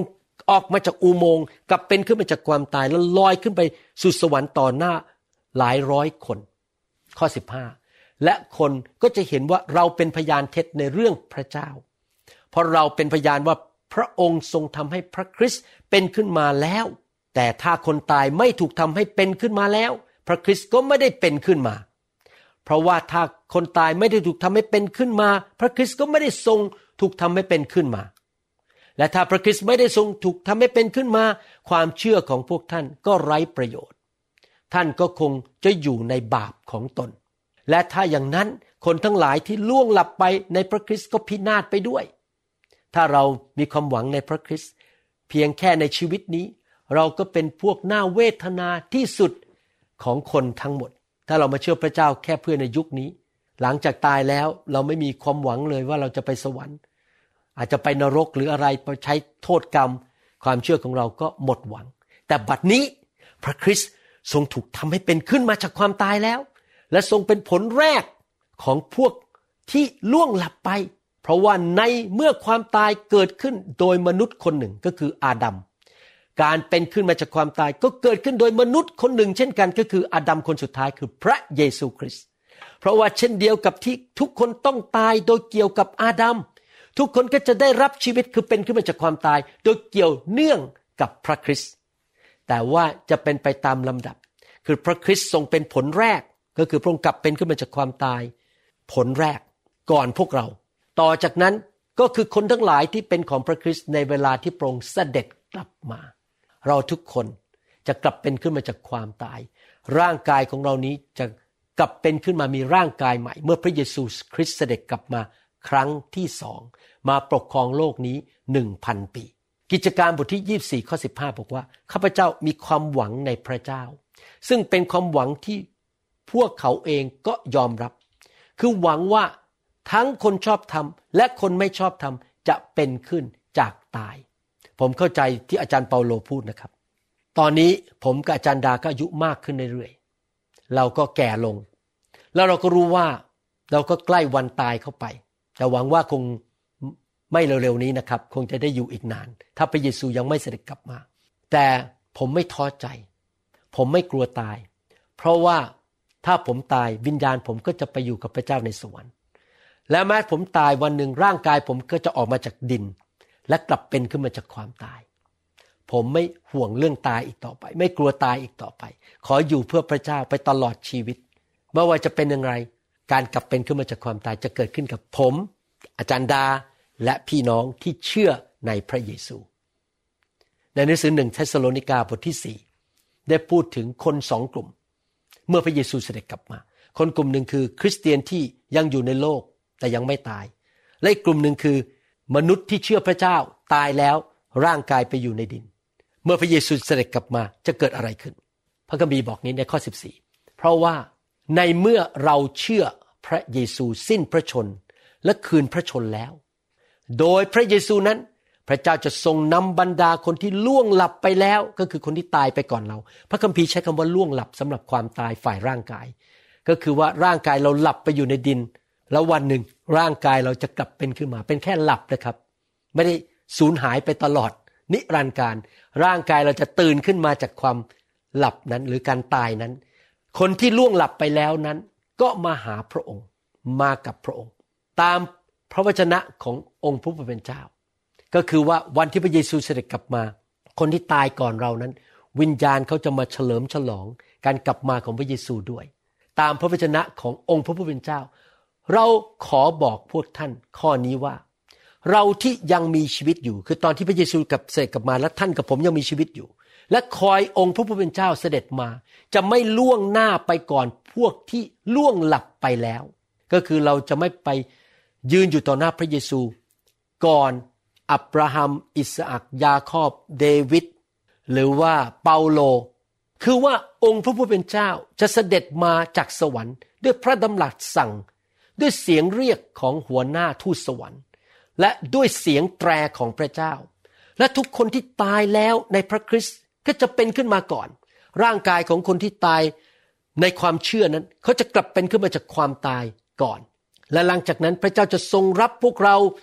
S3: ออกมาจากอุโมงค์กลับเป็นขึ้นมาจากความตายแล้วลอยขึ้นไปสู่สวรรค์ต่อหน้าหลายร้อยคนข้อสิบห้าและคนก็จะเห็นว่าเราเป็นพยานเท็จในเรื่องพระเจ้าเพราะเราเป็นพยานว่าพระองค์ทรงทำให้พระคริสต์เป็นขึ้นมาแล้วแต่ถ้าคนตายไม่ถูกทำให้เป็นขึ้นมาแล้วพระคริสต์ก็ไม่ได้เป็นขึ้นมาเพราะว่าถ้าคนตายไม่ได้ถูกทำให้เป็นขึ้นมาพระคริสต์ก็ไม่ได้ทรงถูกทำให้เป็นขึ้นมาและถ้าพระคริสต์ไม่ได้ทรงถูกทำให้เป็นขึ้นมาความเชื่อของพวกท่านก็ไร้ประโยชน์ท่านก็คงจะอยู่ในบาปของตนและถ้าอย่างนั้นคนทั้งหลายที่ล่วงหลับไปในพระคริสต์ก็พินาศไปด้วยถ้าเรามีความหวังในพระคริสต์เพียงแค่ในชีวิตนี้เราก็เป็นพวกน่าเวทนาที่สุดของคนทั้งหมดถ้าเรามาเชื่อพระเจ้าแค่เพื่อในยุคนี้หลังจากตายแล้วเราไม่มีความหวังเลยว่าเราจะไปสวรรค์อาจจะไปนรกหรืออะไรไปใช้โทษกรรมความเชื่อของเราก็หมดหวังแต่บัดนี้พระคริสต์ทรงถูกทำให้เป็นขึ้นมาจากความตายแล้วและทรงเป็นผลแรกของพวกที่ล่วงหลับไปเพราะว่าในเมื่อความตายเกิดขึ้นโดยมนุษย์คนหนึ่งก็คืออาดัมการเป็นขึ้นมาจากความตายก็เกิดขึ้นโดยมนุษย์คนหนึ่งเช่นกันก็คืออาดัมคนสุดท้ายคือพระเยซูคริสต์เพราะว่าเช่นเดียวกับที่ทุกคนต้องตายโดยเกี่ยวกับอาดัมทุกคนก็จะได้รับชีวิตคือเป็นขึ้นมาจากความตายโดยเกี่ยวเนื่องกับพระคริสต์แต่ว่าจะเป็นไปตามลำดับคือพระคริสต์ทรงเป็นผลแรกก็คือพระองค์กลับเป็นขึ้นมาจากความตายผลแรกก่อนพวกเราต่อจากนั้นก็คือคนทั้งหลายที่เป็นของพระคริสต์ในเวลาที่พระองค์เสด็จกลับมาเราทุกคนจะกลับเป็นขึ้นมาจากความตายร่างกายของเรานี้จะกลับเป็นขึ้นมามีร่างกายใหม่เมื่อพระเยซูคริสต์เสด็จกลับมาครั้งที่สองมาปกครองโลกนี้ หนึ่งพัน ปีกิจการบทที่ยี่สิบสี่ข้อสิบห้าบอกว่าข้าพเจ้ามีความหวังในพระเจ้าซึ่งเป็นความหวังที่พวกเขาเองก็ยอมรับคือหวังว่าทั้งคนชอบธรรมและคนไม่ชอบธรรมจะเป็นขึ้นจากตายผมเข้าใจที่อาจารย์เปาโลพูดนะครับตอนนี้ผมกับอาจารย์ดาก็อายุมากขึ้นเรื่อยๆเราก็แก่ลงแล้วเราก็รู้ว่าเราก็ใกล้วันตายเข้าไปแต่หวังว่าคงไม่เร็วๆนี้นะครับคงจะได้อยู่อีกนานถ้าพระเยซูยังไม่เสด็จกลับมาแต่ผมไม่ท้อใจผมไม่กลัวตายเพราะว่าถ้าผมตายวิญญาณผมก็จะไปอยู่กับพระเจ้าในสวรรค์และแม้ผมตายวันหนึ่งร่างกายผมก็จะออกมาจากดินและกลับเป็นขึ้นมาจากความตายผมไม่ห่วงเรื่องตายอีกต่อไปไม่กลัวตายอีกต่อไปขออยู่เพื่อพระเจ้าไปตลอดชีวิตไม่ว่าจะเป็นอย่างไรการกลับเป็นขึ้นมาจากความตายจะเกิดขึ้นกับผมอาจารย์ดาและพี่น้องที่เชื่อในพระเยซูในหนังสือหนึ่งเธสสโลนิกาบทที่สี่ได้พูดถึงคนสองกลุ่มเมื่อพระเยซูเสด็จกลับมาคนกลุ่มหนึ่งคือคริสเตียนที่ยังอยู่ในโลกแต่ยังไม่ตายและอีกกลุ่มหนึ่งคือมนุษย์ที่เชื่อพระเจ้าตายแล้วร่างกายไปอยู่ในดินเมื่อพระเยซูเสด็จกลับมาจะเกิดอะไรขึ้นพระคัมภีร์บอกนี้ในข้อสิบสี่เพราะว่าในเมื่อเราเชื่อพระเยซูสิ้นพระชนและคืนพระชนแล้วโดยพระเยซูนั้นพระเจ้าจะทรงนำบรรดาคนที่ล่วงหลับไปแล้วก็คือคนที่ตายไปก่อนเราพระคัมภีร์ใช้คำว่าล่วงหลับสำหรับความตายฝ่ายร่างกายก็คือว่าร่างกายเราหลับไปอยู่ในดินแล้ววันหนึ่งร่างกายเราจะกลับเป็นขึ้นมาเป็นแค่หลับนะครับไม่ได้สูญหายไปตลอดนิรันดร์การร่างกายเราจะตื่นขึ้นมาจากความหลับนั้นหรือการตายนั้นคนที่ล่วงหลับไปแล้วนั้นก็มาหาพระองค์มากับพระองค์ตามพระวจนะขององค์พระผู้เป็นเจ้าก็คือว่าวันที่พระเยซูเสด็จกลับมาคนที่ตายก่อนเรานั้นวิญญาณเขาจะมาเฉลิมฉลองการกลับมาของพระเยซูด้วยตามพระวจนะขององค์พระผู้เป็นเจ้าเราขอบอกพวกท่านข้อนี้ว่าเราที่ยังมีชีวิตอยู่คือตอนที่พระเยซูกลับเสด็จกลับมาและท่านกับผมยังมีชีวิตอยู่และคอยองค์พระผู้เป็นเจ้าเสด็จมาจะไม่ล่วงหน้าไปก่อนพวกที่ล่วงหลับไปแล้วก็คือเราจะไม่ไปยืนอยู่ต่อหน้าพระเยซูก่อนอับราฮัมอิสอัคยาคอบเดวิดหรือว่าเปาโลคือว่าองค์พระผู้เป็นเจ้าจะเสด็จมาจากสวรรค์ด้วยพระดำรัสสั่งด้วยเสียงเรียกของหัวหน้าทูตสวรรค์และด้วยเสียงแตรของพระเจ้าและทุกคนที่ตายแล้วในพระคริสต์ก็จะเป็นขึ้นมาก่อนร่างกายของคนที่ตายในความเชื่อนั้นเขาจะกลับเป็นขึ้นมาจากความตายก่อนและหลังจากนั้นพระเจ้าจะทรงรับพวกเรา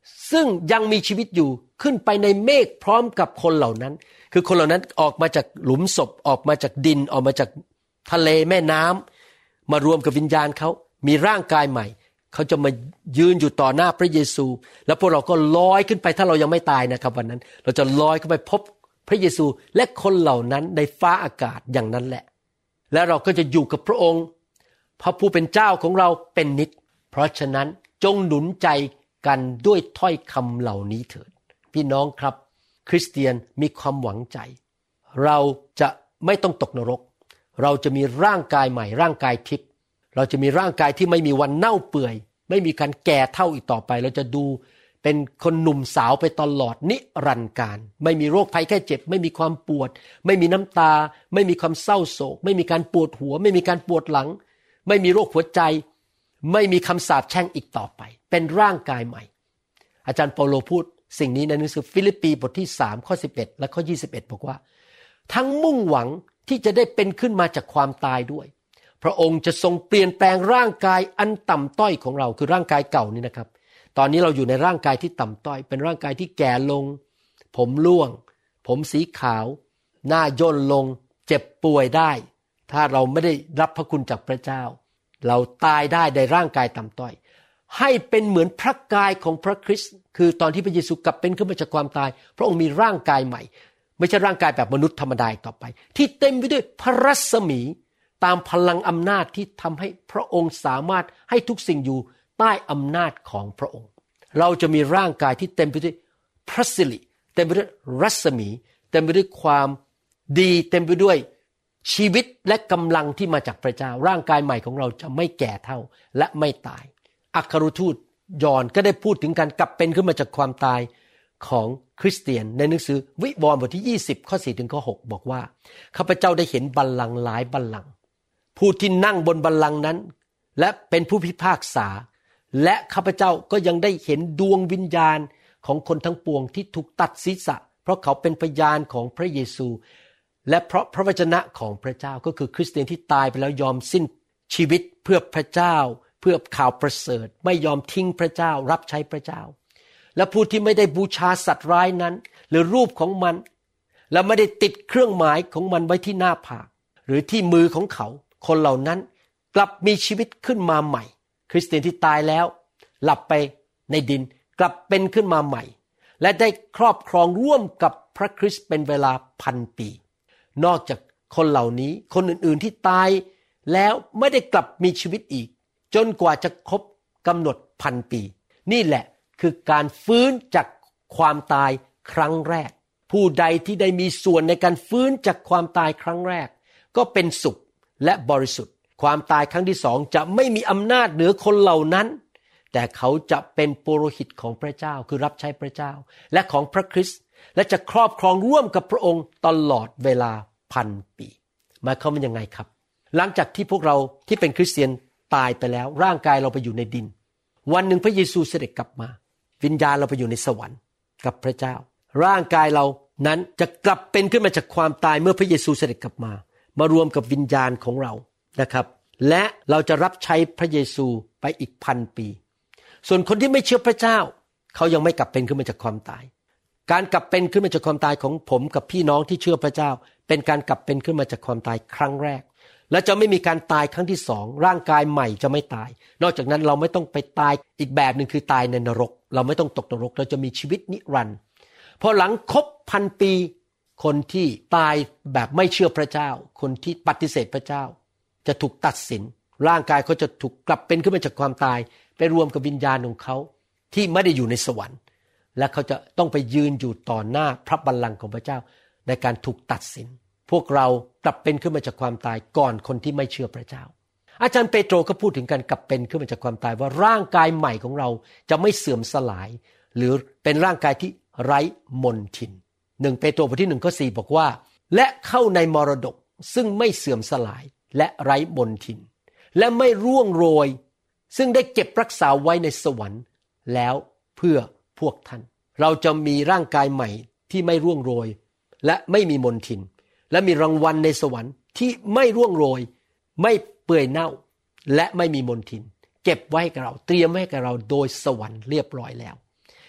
S3: ซึ่งยังมีชีวิตอยู่ขึ้นไปในเมฆพร้อมกับคนเหล่านั้นคือคนเหล่านั้นออกมาจากหลุมศพออกมาจากดินออกมาจากทะเลแม่น้ำมารวมกับวิญญาณเขามีร่างกายใหม่เขาจะมายืนอยู่ต่อหน้าพระเยซูแล้วพวกเราก็ลอยขึ้นไปถ้าเรายังไม่ตายนะครับวันนั้นเราจะลอยขึ้นไปพบพระเยซูและคนเหล่านั้นในฟ้าอากาศอย่างนั้นแหละและเราก็จะอยู่กับพระองค์พระผู้เป็นเจ้าของเราเป็นนิจเพราะฉะนั้นจงหนุนใจกันด้วยถ้อยคำเหล่านี้เถิดพี่น้องครับคริสเตียนมีความหวังใจเราจะไม่ต้องตกนรกเราจะมีร่างกายใหม่ร่างกายทิพย์เราจะมีร่างกายที่ไม่มีวันเน่าเปื่อยไม่มีการแก่เท่าอีกต่อไปเราจะดูเป็นคนหนุ่มสาวไปตลอดนิรันดร์กาลไม่มีโรคภัยแค่เจ็บไม่มีความปวดไม่มีน้ำตาไม่มีความเศร้าโศกไม่มีการปวดหัวไม่มีการปวดหลังไม่มีโรคหัวใจไม่มีคำสาปแช่งอีกต่อไปเป็นร่างกายใหม่อาจารย์เปาโลพูดสิ่งนี้ในหนังสือฟิลิปปีบทที่สามข้อสิบเอ็ดและข้อยี่สิบเอ็ดบอกว่าทั้งมุ่งหวังที่จะได้เป็นขึ้นมาจากความตายด้วยพระองค์จะทรงเปลี่ยนแปลงร่างกายอันต่ำต้อยของเราคือร่างกายเก่านี่นะครับตอนนี้เราอยู่ในร่างกายที่ต่ำต้อยเป็นร่างกายที่แก่ลงผมร่วงผมสีขาวหน้าย่นลงเจ็บป่วยได้ถ้าเราไม่ได้รับพระคุณจากพระเจ้าเราตายได้ในร่างกายต่ำต้อยให้เป็นเหมือนพระกายของพระคริสต์คือตอนที่พระเยซูกลับเป็นขึ้นมาจากความตายพระองค์มีร่างกายใหม่ไม่ใช่ร่างกายแบบมนุษย์ธรรมดาต่อไปที่เต็มไปด้วยพระรัศมีตามพลังอำนาจที่ทำให้พระองค์สามารถให้ทุกสิ่งอยู่ใต้อำนาจของพระองค์เราจะมีร่างกายที่เต็มไปด้วยพระสิริเต็มไปด้วยรัศมีเต็มไปด้วยความดีเต็มไปด้วยชีวิตและกำลังที่มาจากพระเจ้าร่างกายใหม่ของเราจะไม่แก่เท่าและไม่ตายอัครทูตยอห์นก็ได้พูดถึงการกลับเป็นขึ้นมาจากความตายของคริสเตียนในหนังสือวิวรณ์บทที่ยี่สิบข้อสี่ถึงข้อหกบอกว่าข้าพเจ้าได้เห็นบัลลังก์หลายบัลลังก์ผู้ที่นั่งบนบัลลังก์นั้นและเป็นผู้พิพากษาและข้าพเจ้าก็ยังได้เห็นดวงวิญญาณของคนทั้งปวงที่ถูกตัดศีรษะเพราะเขาเป็นพยานของพระเยซูและเพราะพระวจนะของพระเจ้าก็คือคริสเตียนที่ตายไปแล้วยอมสิ้นชีวิตเพื่อพระเจ้าเพื่อข่าวประเสริฐไม่ยอมทิ้งพระเจ้ารับใช้พระเจ้าและผู้ที่ไม่ได้บูชาสัตว์ร้ายนั้นหรือรูปของมันและไม่ได้ติดเครื่องหมายของมันไว้ที่หน้าผากหรือที่มือของเขาคนเหล่านั้นกลับมีชีวิตขึ้นมาใหม่คริสเตียนที่ตายแล้วหลับไปในดินกลับเป็นขึ้นมาใหม่และได้ครอบครองร่วมกับพระคริสต์เป็นเวลาพันปีนอกจากคนเหล่านี้คนอื่นๆที่ตายแล้วไม่ได้กลับมีชีวิตอีกจนกว่าจะครบกำหนดพันปีนี่แหละคือการฟื้นจากความตายครั้งแรกผู้ใดที่ได้มีส่วนในการฟื้นจากความตายครั้งแรกก็เป็นสุขและบริสุทธิ์ความตายครั้งที่สองจะไม่มีอำนาจเหนือคนเหล่านั้นแต่เขาจะเป็นปุโรหิตของพระเจ้าคือรับใช้พระเจ้าและของพระคริสต์และจะครอบครองร่วมกับพระองค์ตลอดเวลาพันปีหมายความว่ายังไงครับหลังจากที่พวกเราที่เป็นคริสเตียนตายไปแล้วร่างกายเราไปอยู่ในดินวันหนึ่งพระเยซูเสด็จกลับมาวิญญาณเราไปอยู่ในสวรรค์กับพระเจ้าร่างกายเรานั้นจะกลับเป็นขึ้นมาจากความตายเมื่อพระเยซูเสด็จกลับมามารวมกับวิญญาณของเรานะครับและเราจะรับใช้พระเยซูไปอีกพันปีส่วนคนที่ไม่เชื่อพระเจ้าเขายังไม่กลับเป็นขึ้นมาจากความตายการกลับเป็นขึ้นมาจากความตายของผมกับพี่น้องที่เชื่อพระเจ้าเป็นการกลับเป็นขึ้นมาจากความตายครั้งแรกและจะไม่มีการตายครั้งที่สองร่างกายใหม่จะไม่ตายนอกจากนั้นเราไม่ต้องไปตายอีกแบบนึงคือตายในนรกเราไม่ต้องตกนรกเราจะมีชีวิตนิรันดร์พอหลังครบพันปีคนที่ตายแบบไม่เชื่อพระเจ้าคนที่ปฏิเสธพระเจ้าจะถูกตัดสินร่างกายเขาจะถูกกลับเป็นขึ้นมาจากความตายไปรวมกับวิญญาณของเขาที่ไม่ได้อยู่ในสวรรค์และเขาจะต้องไปยืนอยู่ต่อหน้าพระบัลลังก์ของพระเจ้าในการถูกตัดสินพวกเรากลับเป็นขึ้นมาจากความตายก่อนคนที่ไม่เชื่อพระเจ้าอาจารย์เปโตรก็พูดถึงการกลับเป็นขึ้นมาจากความตายว่าร่างกายใหม่ของเราจะไม่เสื่อมสลายหรือเป็นร่างกายที่ไร้มลทินหนึ่งเปโตรบทที่หนึ่งข้อสี่บอกว่าและเข้าในมรดกซึ่งไม่เสื่อมสลายและไร้มลทินและไม่ร่วงโรยซึ่งได้เก็บรักษาไว้ในสวรรค์แล้วเพื่อพวกท่านเราจะมีร่างกายใหม่ที่ไม่ร่วงโรยและไม่มีมลทินและมีรางวัลในสวรรค์ที่ไม่ร่วงโรยไม่เปื่อยเน่าและไม่มีมลทินเก็บไว้กับเราเตรียมไว้กับเราโดยสวรรค์เรียบร้อยแล้ว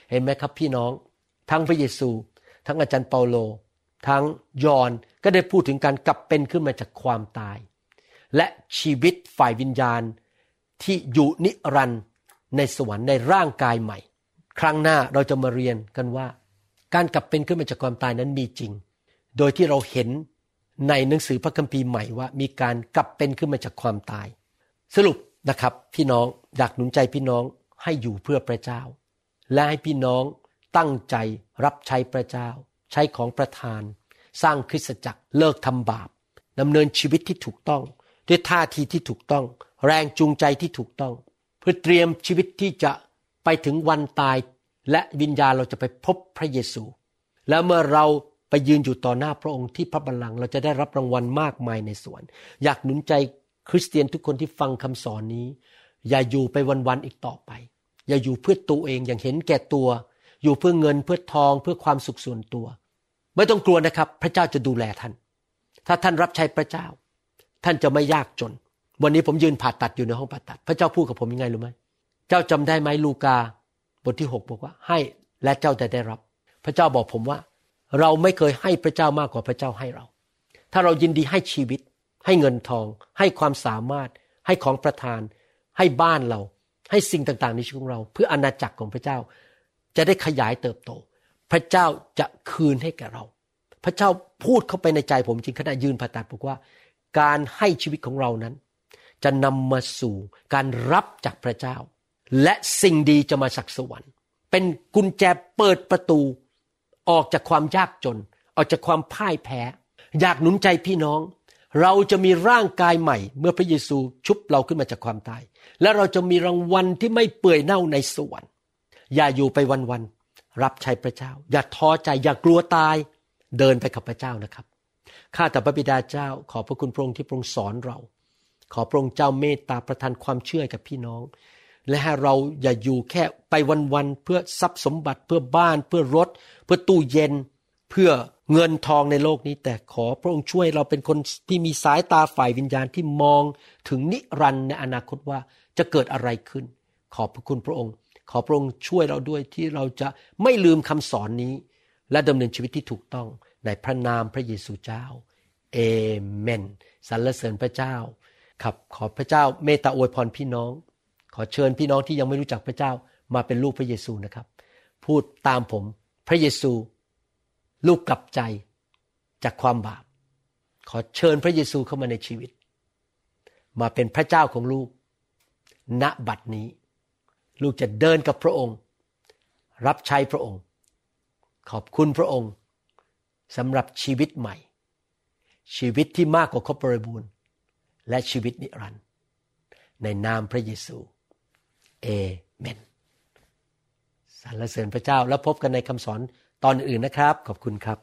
S3: เห็นไหมครับพี่น้องทั้งพระเยซูทั้งอาจารย์เปาโลทั้งยอห์นก็ได้พูดถึงการกลับเป็นขึ้นมาจากความตายและชีวิตฝ่ายวิญญาณที่อยู่นิรันดร์ในสวรรค์ในร่างกายใหม่ครั้งหน้าเราจะมาเรียนกันว่าการกลับเป็นขึ้นมาจากความตายนั้นมีจริงโดยที่เราเห็นในหนังสือพระคัมภีร์ใหม่ว่ามีการกลับเป็นขึ้นมาจากความตายสรุปนะครับพี่น้องอยากหนุนใจพี่น้องให้อยู่เพื่อพระเจ้าและให้พี่น้องตั้งใจรับใช้พระเจ้าใช้ของประทานสร้างคริสตจักรเลิกทำบาปดำเนินชีวิตที่ถูกต้องด้วยท่าทีที่ถูกต้องแรงจูงใจที่ถูกต้องเพื่อเตรียมชีวิตที่จะไปถึงวันตายและวิญญาณเราจะไปพบพระเยซูแล้วเมื่อเราไปยืนอยู่ต่อหน้าพระองค์ที่พระบัลลังก์เราจะได้รับรางวัลมากมายในสวรรค์อยากหนุนใจคริสเตียนทุกคนที่ฟังคำสอนนี้อย่าอยู่ไปวันๆอีกต่อไปอย่าอยู่เพื่อตัวเองอย่างเห็นแก่ตัวอยู่เพื่อเงินเพื่อทองเพื่อความสุขส่วนตัวไม่ต้องกลัวนะครับพระเจ้าจะดูแลท่านถ้าท่านรับใช้พระเจ้าท่านจะไม่ยากจนวันนี้ผมยืนผ่าตัดอยู่ในห้องผ่าตัดพระเจ้าพูดกับผมยังไงรู้ไหมเจ้าจำได้ไหมลูกาบทที่หกบอกว่าให้และเจ้าจะได้รับพระเจ้าบอกผมว่าเราไม่เคยให้พระเจ้ามากกว่าพระเจ้าให้เราถ้าเรายินดีให้ชีวิตให้เงินทองให้ความสามารถให้ของประทานให้บ้านเราให้สิ่งต่างๆในชีวิตของเราเพื่ออาณาจักรของพระเจ้าจะได้ขยายเติบโตพระเจ้าจะคืนให้แก่เราพระเจ้าพูดเข้าไปในใจผมจริงขณะยืนผ่าตัดบอกว่าการให้ชีวิตของเรานั้นจะนำมาสู่การรับจากพระเจ้าและสิ่งดีจะมาจากสวรรค์เป็นกุญแจเปิดประตูออกจากความยากจนออกจากความพ่ายแพ้อยากหนุนใจพี่น้องเราจะมีร่างกายใหม่เมื่อพระเยซูชุบเราขึ้นมาจากความตายและเราจะมีรางวัลที่ไม่เปื่อยเน่าในสวรรค์อย่าอยู่ไปวันๆรับใช้พระเจ้าอย่าท้อใจอย่ากลัวตายเดินไปกับพระเจ้านะครับข้าแต่พระบิดาเจ้าขอพระคุณพระองค์ที่พระองค์สอนเราขอพระองค์เจ้าเมตตาประทานความเชื่อกับพี่น้องและให้เราอย่าอยู่แค่ไปวันๆเพื่อทรัพย์สมบัติเพื่อบ้านเพื่อรถเพื่อตู้เย็นเพื่อเงินทองในโลกนี้แต่ขอพระองค์ช่วยเราเป็นคนที่มีสายตาฝ่ายวิญญาณที่มองถึงนิรันดร์ในอนาคตว่าจะเกิดอะไรขึ้นขอบพระคุณพระองค์ขอพระองค์ช่วยเราด้วยที่เราจะไม่ลืมคำสอนนี้และดำเนินชีวิตที่ถูกต้องในพระนามพระเยซูเจ้าเอเมนสรรเสริญพระเจ้าครับขอพระเจ้าเมตตาอวยพรพี่น้องขอเชิญพี่น้องที่ยังไม่รู้จักพระเจ้ามาเป็นลูกพระเยซูนะครับพูดตามผมพระเยซูลูกกลับใจจากความบาปขอเชิญพระเยซูเข้ามาในชีวิตมาเป็นพระเจ้าของลูกณบัดนี้ลูกจะเดินกับพระองค์รับใช้พระองค์ขอบคุณพระองค์สำหรับชีวิตใหม่ชีวิตที่มากกว่าครบบริบูรณ์และชีวิตนิรันดร์ในนามพระเยซูเอเมนสรรเสริญพระเจ้าแล้วพบกันในคำสอนตอนอื่นนะครับขอบคุณครับ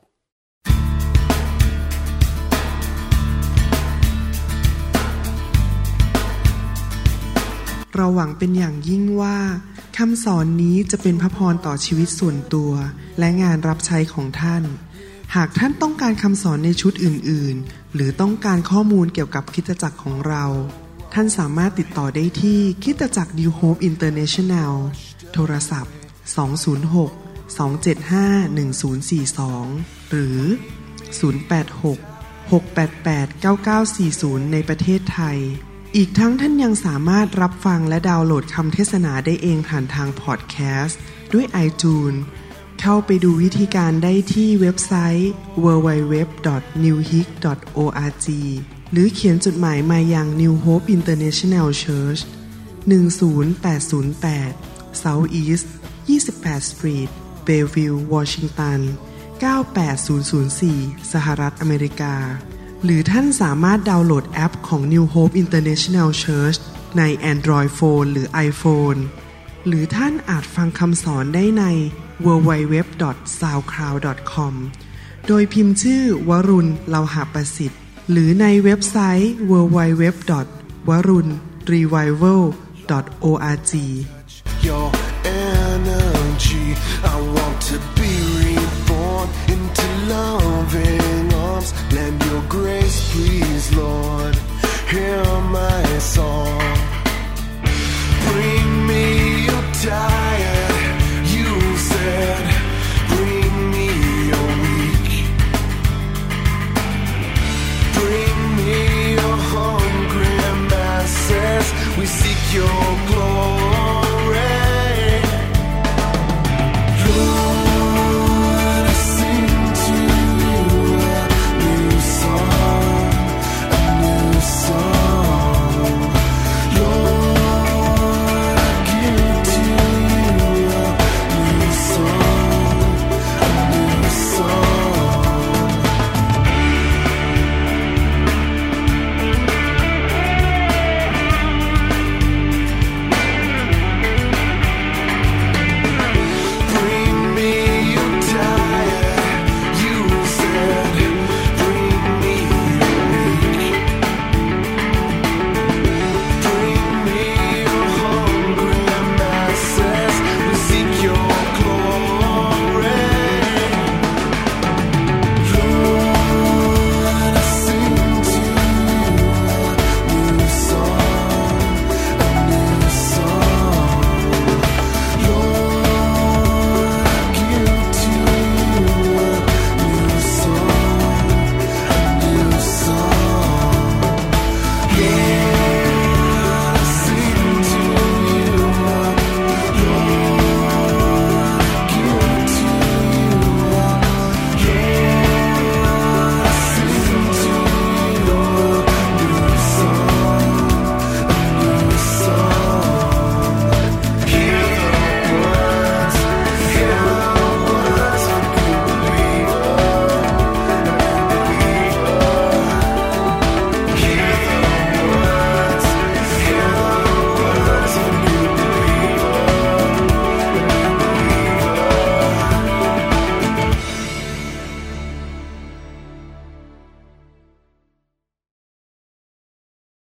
S2: เราหวังเป็นอย่างยิ่งว่าคำสอนนี้จะเป็นพระพรต่อชีวิตส่วนตัวและงานรับใช้ของท่านหากท่านต้องการคำสอนในชุดอื่นๆหรือต้องการข้อมูลเกี่ยวกับคริสตจักรของเราท่านสามารถติดต่อได้ที่คริสตจักร New Hope International โทรศัพท์สอง ศูนย์ หก สอง เจ็ด ห้า หนึ่ง ศูนย์ สี่ สองหรือศูนย์ แปด หก หก แปด แปด เก้า เก้า สี่ ศูนย์ในประเทศไทยอีกทั้งท่านยังสามารถรับฟังและดาวน์โหลดคำเทศนาได้เองผ่านทางพอดแคสต์ด้วย iTunes เข้าไปดูวิธีการได้ที่เว็บไซต์ ดับเบิลยู ดับเบิลยู ดับเบิลยู ดอท นิว ฮิก ดอท โอ อาร์ จี หรือเขียนจดหมายมายัง New Hope International Church หนึ่ง ศูนย์ แปด ศูนย์ แปด South East ยี่สิบแปด Street Bellevue Washington เก้า แปด ศูนย์ ศูนย์ สี่ สหรัฐอเมริกาหรือท่านสามารถดาวน์โหลดแอปของ New Hope International Church ใน Android Phone หรือ iPhone หรือท่านอาจฟังคำสอนได้ใน ดับเบิลยู ดับเบิลยู ดับเบิลยู ดอท ซาวด์คลาวด์ ดอท คอม โดยพิมพ์ชื่อวรุณ เลาหะประสิทธิ์หรือในเว็บไซต์ ดับเบิลยู ดับเบิลยู ดับเบิลยู ดอท วรุณ รีไววัล ดอท โอ อาร์ จี